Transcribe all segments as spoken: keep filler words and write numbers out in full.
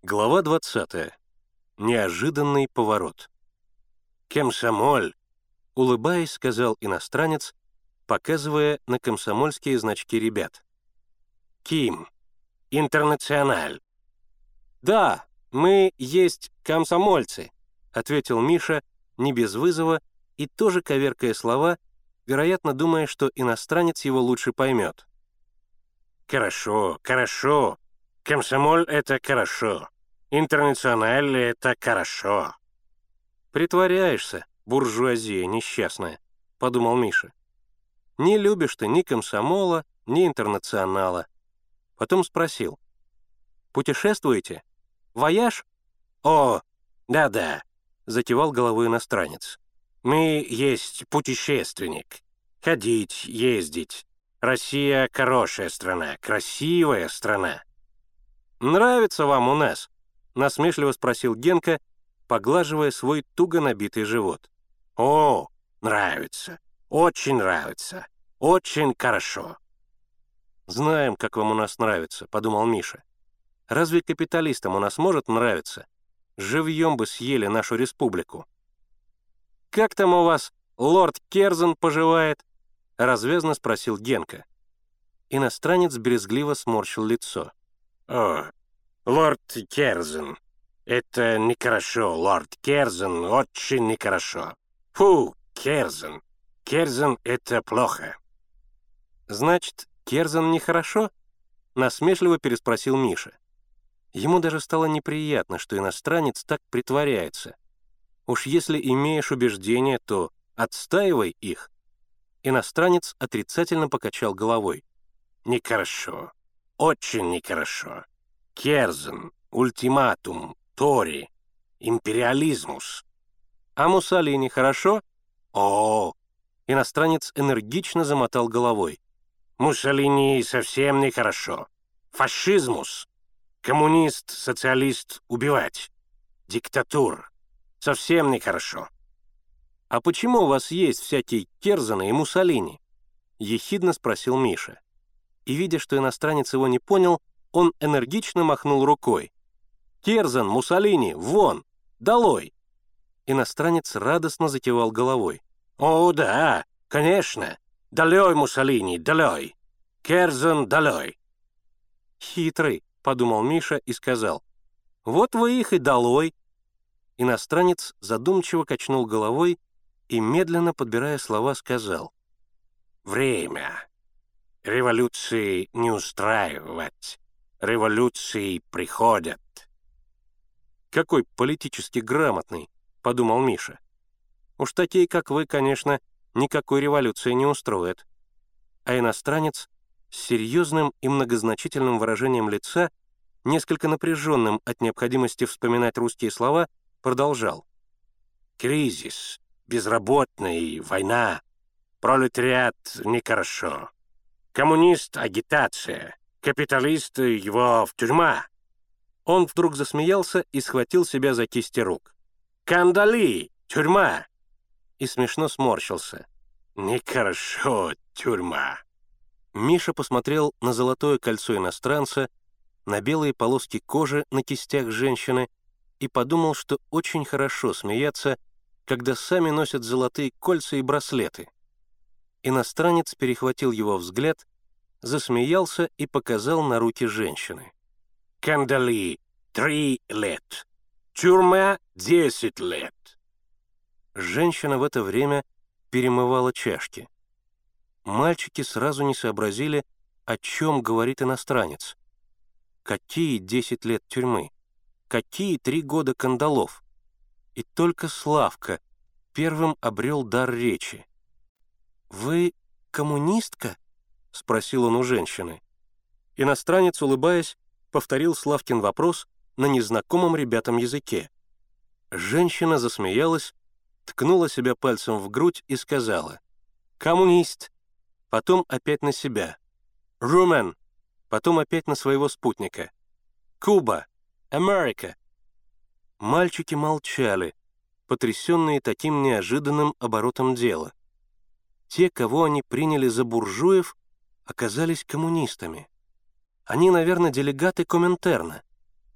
Глава двадцатая. Неожиданный поворот. «Комсомоль», — улыбаясь, сказал иностранец, показывая на комсомольские значки ребят. «Ким, интернациональ». «Да, мы есть комсомольцы», — ответил Миша, не без вызова, и тоже коверкая слова, вероятно, думая, что иностранец его лучше поймет. «Хорошо, хорошо. Комсомоль — это хорошо. Интернациональ — это хорошо». «Притворяешься, буржуазия несчастная», — подумал Миша. «Не любишь ты ни комсомола, ни интернационала». Потом спросил. «Путешествуете? Вояж?» «О, да-да», — закивал головой иностранец. «Мы есть путешественник. Ходить, ездить. Россия — хорошая страна, красивая страна». «Нравится вам у нас?» — насмешливо спросил Генка, поглаживая свой туго набитый живот. «О, нравится, очень нравится, очень хорошо». «Знаем, как вам у нас нравится», — подумал Миша. «Разве капиталистам у нас может нравиться? Живьем бы съели нашу республику». «Как там у вас лорд Керзен поживает?» — развязно спросил Генка. Иностранец брезгливо сморщил лицо. «О, лорд Керзен. Это нехорошо, лорд Керзен, очень нехорошо. Фу, Керзен. Керзен — это плохо». «Значит, Керзен нехорошо?» — насмешливо переспросил Миша. Ему даже стало неприятно, что иностранец так притворяется. Уж если имеешь убеждения, то отстаивай их. Иностранец отрицательно покачал головой. «Нехорошо. Очень нехорошо. Керзен, ультиматум, Тори, империализмус». «А Муссолини хорошо?» «О!» Иностранец энергично замотал головой. «Муссолини совсем нехорошо. Фашизмус. Коммунист, социалист убивать. Диктатур. Совсем нехорошо». «А почему у вас есть всякие Керзены и Муссолини?» — ехидно спросил Миша. И, видя, что иностранец его не понял, он энергично махнул рукой. «Керзен, Муссолини, вон! Долой!» Иностранец радостно закивал головой. «О, да, конечно! Долой, Муссолини, долой! Керзен, долой!» «Хитрый», — подумал Миша и сказал. «Вот вы их и долой!» Иностранец задумчиво качнул головой и, медленно подбирая слова, сказал. «Время. Революции не устраивать. Революции приходят». «Какой политически грамотный», — подумал Миша. «Уж такие, как вы, конечно, никакой революции не устроят». А иностранец с серьезным и многозначительным выражением лица, несколько напряженным от необходимости вспоминать русские слова, продолжал. «Кризис, безработный, война, пролетариат нехорошо. Коммунист — агитация, капиталист — его в тюрьма». Он вдруг засмеялся и схватил себя за кисти рук. «Кандали! Тюрьма!» И смешно сморщился. «Нехорошо, тюрьма!» Миша посмотрел на золотое кольцо иностранца, на белые полоски кожи на кистях женщины и подумал, что очень хорошо смеяться, когда сами носят золотые кольца и браслеты. Иностранец перехватил его взгляд, засмеялся и показал на руки женщины. «Кандали три лет. Тюрьма десять лет». Женщина в это время перемывала чашки. Мальчики сразу не сообразили, о чем говорит иностранец. Какие десять лет тюрьмы? Какие три года кандалов? И только Славка первым обрел дар речи. «Вы коммунистка?» — спросил он у женщины. Иностранец, улыбаясь, повторил Славкин вопрос на незнакомом ребятам языке. Женщина засмеялась, ткнула себя пальцем в грудь и сказала «Коммунист», потом опять на себя «Румен», потом опять на своего спутника «Куба», «Америка». Мальчики молчали, потрясенные таким неожиданным оборотом дела. Те, кого они приняли за буржуев, оказались коммунистами. Они, наверное, делегаты Коминтерна.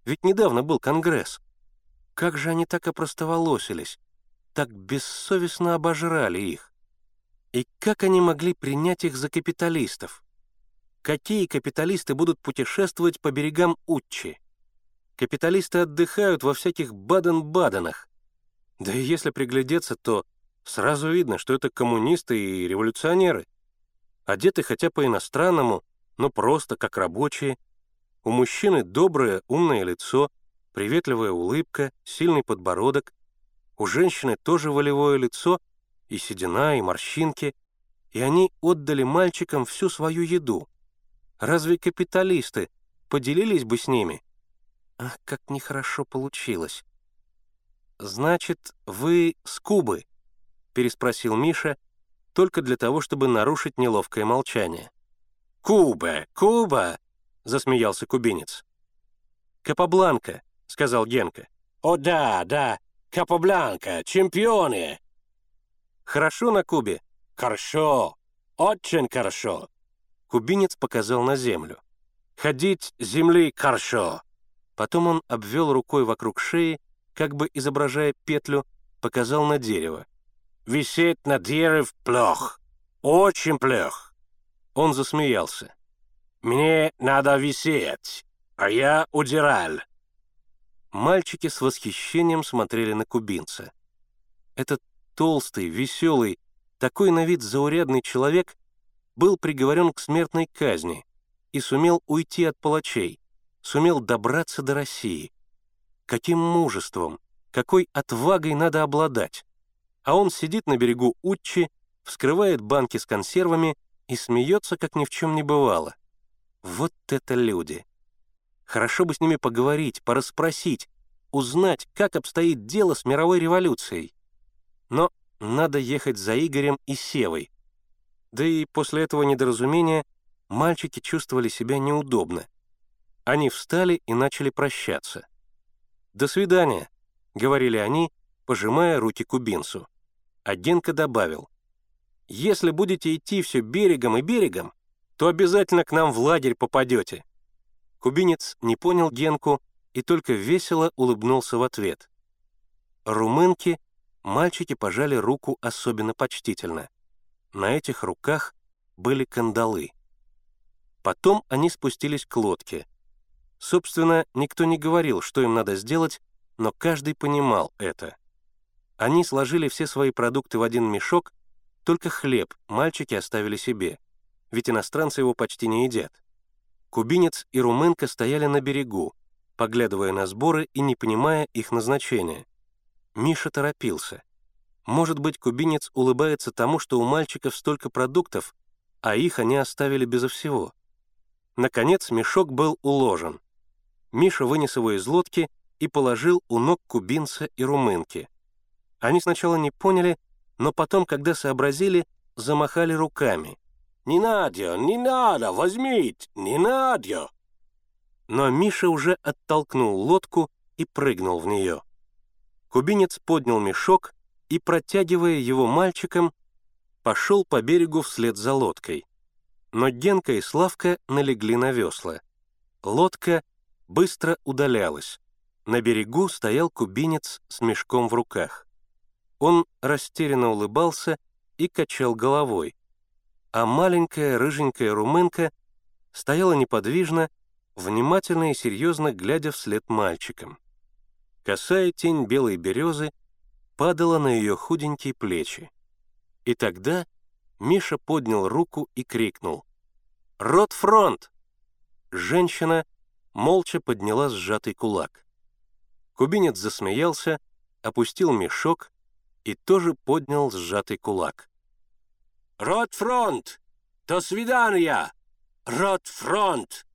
Ведь недавно был Конгресс. Как же они так опростоволосились, так бессовестно обожрали их? И как они могли принять их за капиталистов? Какие капиталисты будут путешествовать по берегам Утчи? Капиталисты отдыхают во всяких Баден-Баденах. Да и если приглядеться, то сразу видно, что это коммунисты и революционеры. Одеты хотя по-иностранному, но просто как рабочие. У мужчины доброе, умное лицо, приветливая улыбка, сильный подбородок. У женщины тоже волевое лицо, и седина, и морщинки. И они отдали мальчикам всю свою еду. Разве капиталисты поделились бы с ними? Ах, как нехорошо получилось. «Значит, вы с Кубы?» — переспросил Миша, только для того, чтобы нарушить неловкое молчание. «Куба, Куба!» — засмеялся кубинец. «Капабланка», — сказал Генка. «О да, да, Капабланка, чемпионы!» «Хорошо на Кубе?» «Хорошо, очень хорошо!» Кубинец показал на землю. «Ходить земли хорошо!» Потом он обвел рукой вокруг шеи, как бы изображая петлю, показал на дерево. «Висеть на дереве плохо, очень плохо!» Он засмеялся. «Мне надо висеть, а я удирал!» Мальчики с восхищением смотрели на кубинца. Этот толстый, веселый, такой на вид заурядный человек был приговорен к смертной казни и сумел уйти от палачей, сумел добраться до России. Каким мужеством, какой отвагой надо обладать! А он сидит на берегу Утчи, вскрывает банки с консервами и смеется, как ни в чем не бывало. Вот это люди! Хорошо бы с ними поговорить, порасспросить, узнать, как обстоит дело с мировой революцией. Но надо ехать за Игорем и Севой. Да и после этого недоразумения мальчики чувствовали себя неудобно. Они встали и начали прощаться. «До свидания», — говорили они, пожимая руки кубинцу. А Генка добавил: «Если будете идти все берегом и берегом, то обязательно к нам в лагерь попадете». Кубинец не понял Генку и только весело улыбнулся в ответ. Румынки мальчики пожали руку особенно почтительно. На этих руках были кандалы. Потом они спустились к лодке. Собственно, никто не говорил, что им надо сделать, но каждый понимал это. Они сложили все свои продукты в один мешок, только хлеб мальчики оставили себе, ведь иностранцы его почти не едят. Кубинец и румынка стояли на берегу, поглядывая на сборы и не понимая их назначения. Миша торопился. Может быть, кубинец улыбается тому, что у мальчиков столько продуктов, а их они оставили безо всего. Наконец мешок был уложен. Миша вынес его из лодки и положил у ног кубинца и румынки. Они сначала не поняли, но потом, когда сообразили, замахали руками. «Не надо, не надо, возьмите, не надо!» Но Миша уже оттолкнул лодку и прыгнул в нее. Кубинец поднял мешок и, протягивая его мальчикам, пошел по берегу вслед за лодкой. Но Генка и Славка налегли на весла. Лодка быстро удалялась. На берегу стоял кубинец с мешком в руках. Он растерянно улыбался и качал головой, а маленькая рыженькая румынка стояла неподвижно, внимательно и серьезно глядя вслед мальчикам. Косая тень белой березы падала на ее худенькие плечи. И тогда Миша поднял руку и крикнул: «Ротфронт!» Женщина молча подняла сжатый кулак. Кубинец засмеялся, опустил мешок и тоже поднял сжатый кулак. «Ротфронт! До свидания! Ротфронт!»